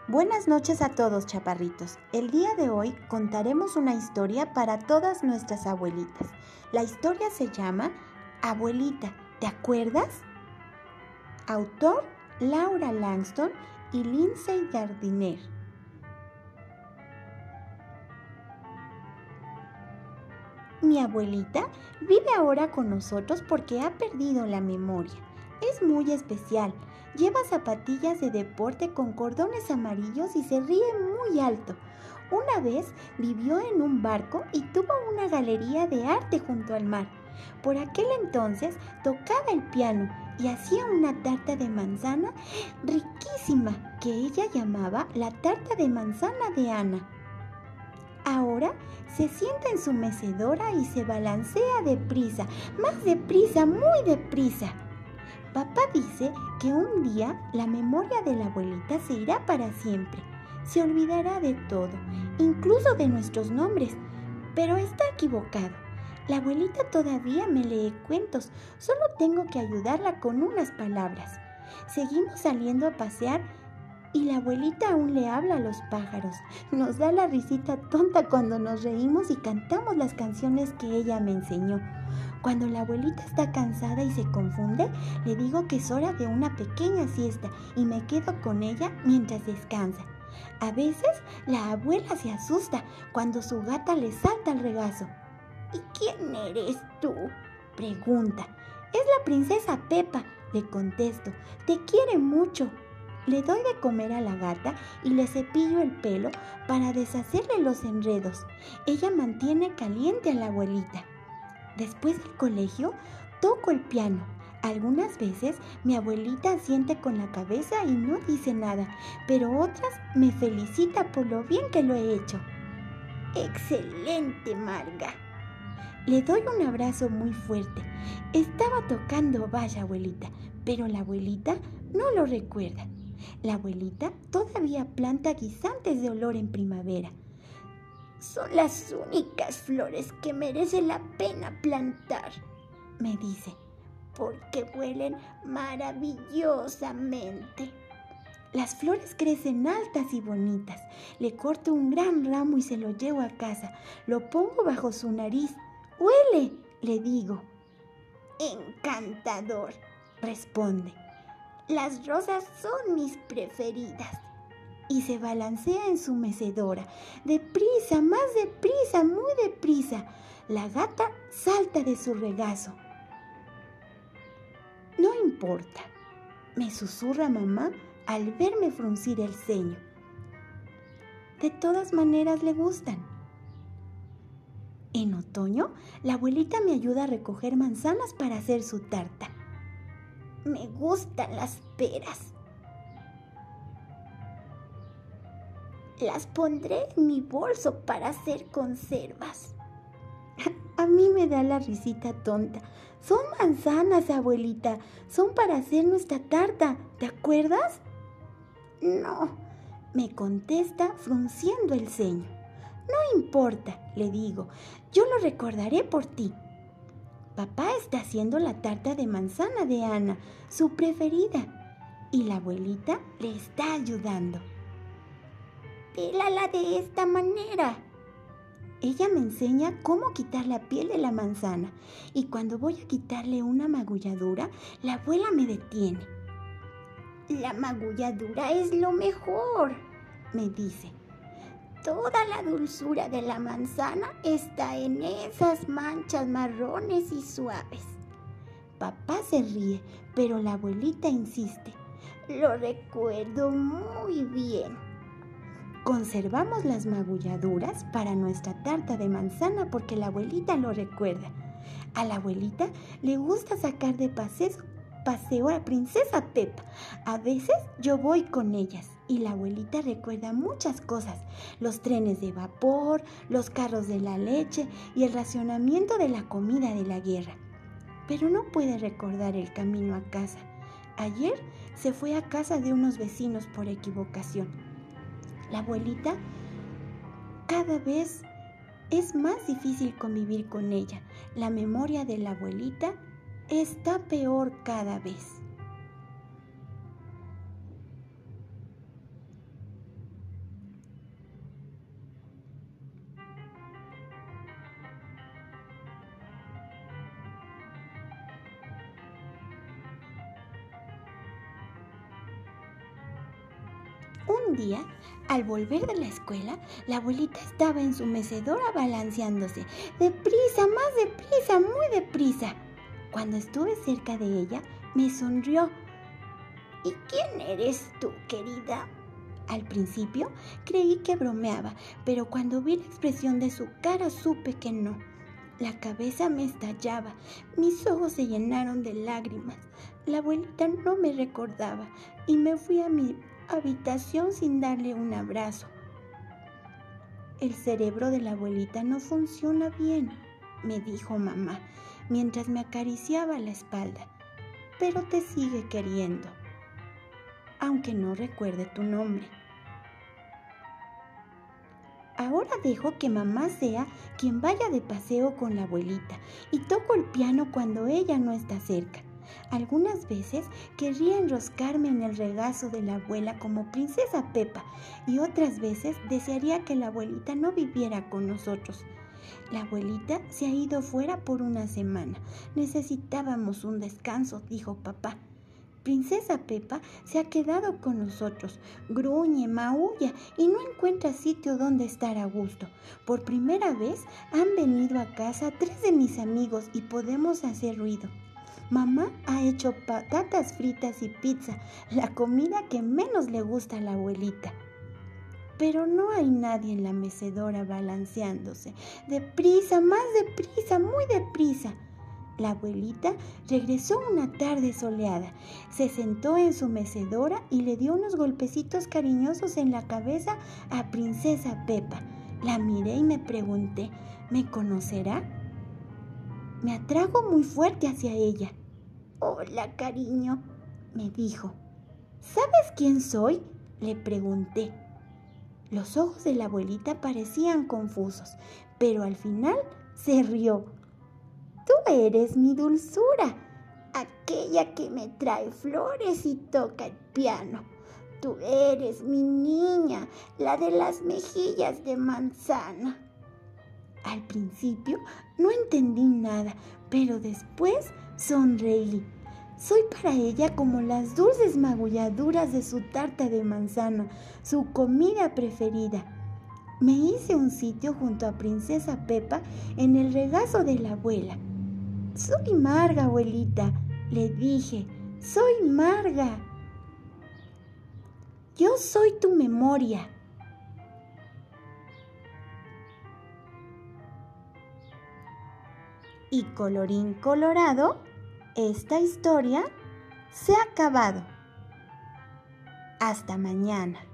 Buenas noches a todos, chaparritos. El día de hoy contaremos una historia para todas nuestras abuelitas. La historia se llama Abuelita, ¿te acuerdas? Autor Laura Langston y Lindsay Gardiner. Mi abuelita vive ahora con nosotros porque ha perdido la memoria. Es muy especial. Lleva zapatillas de deporte con cordones amarillos y se ríe muy alto. Una vez vivió en un barco y tuvo una galería de arte junto al mar. Por aquel entonces tocaba el piano y hacía una tarta de manzana riquísima que ella llamaba la tarta de manzana de Ana. Ahora se sienta en su mecedora y se balancea deprisa, más deprisa, muy deprisa. Papá dice que un día la memoria de la abuelita se irá para siempre. Se olvidará de todo, incluso de nuestros nombres. Pero está equivocado. La abuelita todavía me lee cuentos. Solo tengo que ayudarla con unas palabras. Seguimos saliendo a pasear y la abuelita aún le habla a los pájaros. Nos da la risita tonta cuando nos reímos y cantamos las canciones que ella me enseñó. Cuando la abuelita está cansada y se confunde, le digo que es hora de una pequeña siesta y me quedo con ella mientras descansa. A veces la abuela se asusta cuando su gata le salta al regazo. ¿Y quién eres tú?, pregunta. Es la princesa Pepa, le contesto. Te quiere mucho. Le doy de comer a la gata y le cepillo el pelo para deshacerle los enredos. Ella mantiene caliente a la abuelita. Después del colegio, toco el piano. Algunas veces mi abuelita asiente con la cabeza y no dice nada, pero otras me felicita por lo bien que lo he hecho. ¡Excelente, Marga! Le doy un abrazo muy fuerte. Estaba tocando vaya, abuelita, pero la abuelita no lo recuerda. La abuelita todavía planta guisantes de olor en primavera. Son las únicas flores que merece la pena plantar, me dice, porque huelen maravillosamente. Las flores crecen altas y bonitas. Le corto un gran ramo y se lo llevo a casa. Lo pongo bajo su nariz. ¡Huele!, le digo. Encantador, responde. Las rosas son mis preferidas. Y se balancea en su mecedora. Deprisa, más deprisa, muy deprisa. La gata salta de su regazo. No importa, me susurra mamá al verme fruncir el ceño. De todas maneras le gustan. En otoño, la abuelita me ayuda a recoger manzanas para hacer su tarta. Me gustan las peras. Las pondré en mi bolso para hacer conservas. A mí me da la risita tonta. Son manzanas, abuelita. Son para hacer nuestra tarta. ¿Te acuerdas? No, me contesta frunciendo el ceño. No importa, le digo. Yo lo recordaré por ti. Papá está haciendo la tarta de manzana de Ana, su preferida, y la abuelita le está ayudando. Pélala de esta manera. Ella me enseña cómo quitar la piel de la manzana y cuando voy a quitarle una magulladura, la abuela me detiene. La magulladura es lo mejor, me dice. Toda la dulzura de la manzana está en esas manchas marrones y suaves. Papá se ríe, pero la abuelita insiste. Lo recuerdo muy bien. Conservamos las magulladuras para nuestra tarta de manzana porque la abuelita lo recuerda. A la abuelita le gusta sacar de paseo a Princesa Pepa. A veces yo voy con ellas y la abuelita recuerda muchas cosas. Los trenes de vapor, los carros de la leche y el racionamiento de la comida de la guerra. Pero no puede recordar el camino a casa. Ayer se fue a casa de unos vecinos por equivocación. La abuelita, cada vez es más difícil convivir con ella. La memoria de la abuelita está peor cada vez. Un día, al volver de la escuela, la abuelita estaba en su mecedora balanceándose. ¡Deprisa, más deprisa, muy deprisa! Cuando estuve cerca de ella, me sonrió. ¿Y quién eres tú, querida? Al principio creí que bromeaba, pero cuando vi la expresión de su cara supe que no. La cabeza me estallaba, mis ojos se llenaron de lágrimas. La abuelita no me recordaba y me fui a mi habitación sin darle un abrazo. El cerebro de la abuelita no funciona bien, me dijo mamá, mientras me acariciaba la espalda, pero te sigue queriendo, aunque no recuerde tu nombre. Ahora dejo que mamá sea quien vaya de paseo con la abuelita y toco el piano cuando ella no está cerca. Algunas veces querría enroscarme en el regazo de la abuela como princesa Pepa y otras veces desearía que la abuelita no viviera con nosotros. La abuelita se ha ido fuera por una semana. Necesitábamos un descanso, dijo papá. Princesa Pepa se ha quedado con nosotros, gruñe, maulla y no encuentra sitio donde estar a gusto. Por primera vez han venido a casa 3 de mis amigos y podemos hacer ruido. Mamá ha hecho patatas fritas y pizza, la comida que menos le gusta a la abuelita. Pero no hay nadie en la mecedora balanceándose. ¡Deprisa, más deprisa, muy deprisa! La abuelita regresó una tarde soleada, se sentó en su mecedora y le dio unos golpecitos cariñosos en la cabeza a Princesa Pepa. La miré y me pregunté, ¿me conocerá? Me atrajo muy fuerte hacia ella. Hola, cariño, me dijo. ¿Sabes quién soy? Le pregunté. Los ojos de la abuelita parecían confusos, pero al final se rió. Tú eres mi dulzura, aquella que me trae flores y toca el piano. Tú eres mi niña, la de las mejillas de manzana. Al principio no entendí nada, pero después sonreí. Soy para ella como las dulces magulladuras de su tarta de manzana, su comida preferida. Me hice un sitio junto a Princesa Pepa en el regazo de la abuela. Soy Marga, abuelita, le dije, soy Marga. Yo soy tu memoria. Y colorín colorado, esta historia se ha acabado. Hasta mañana.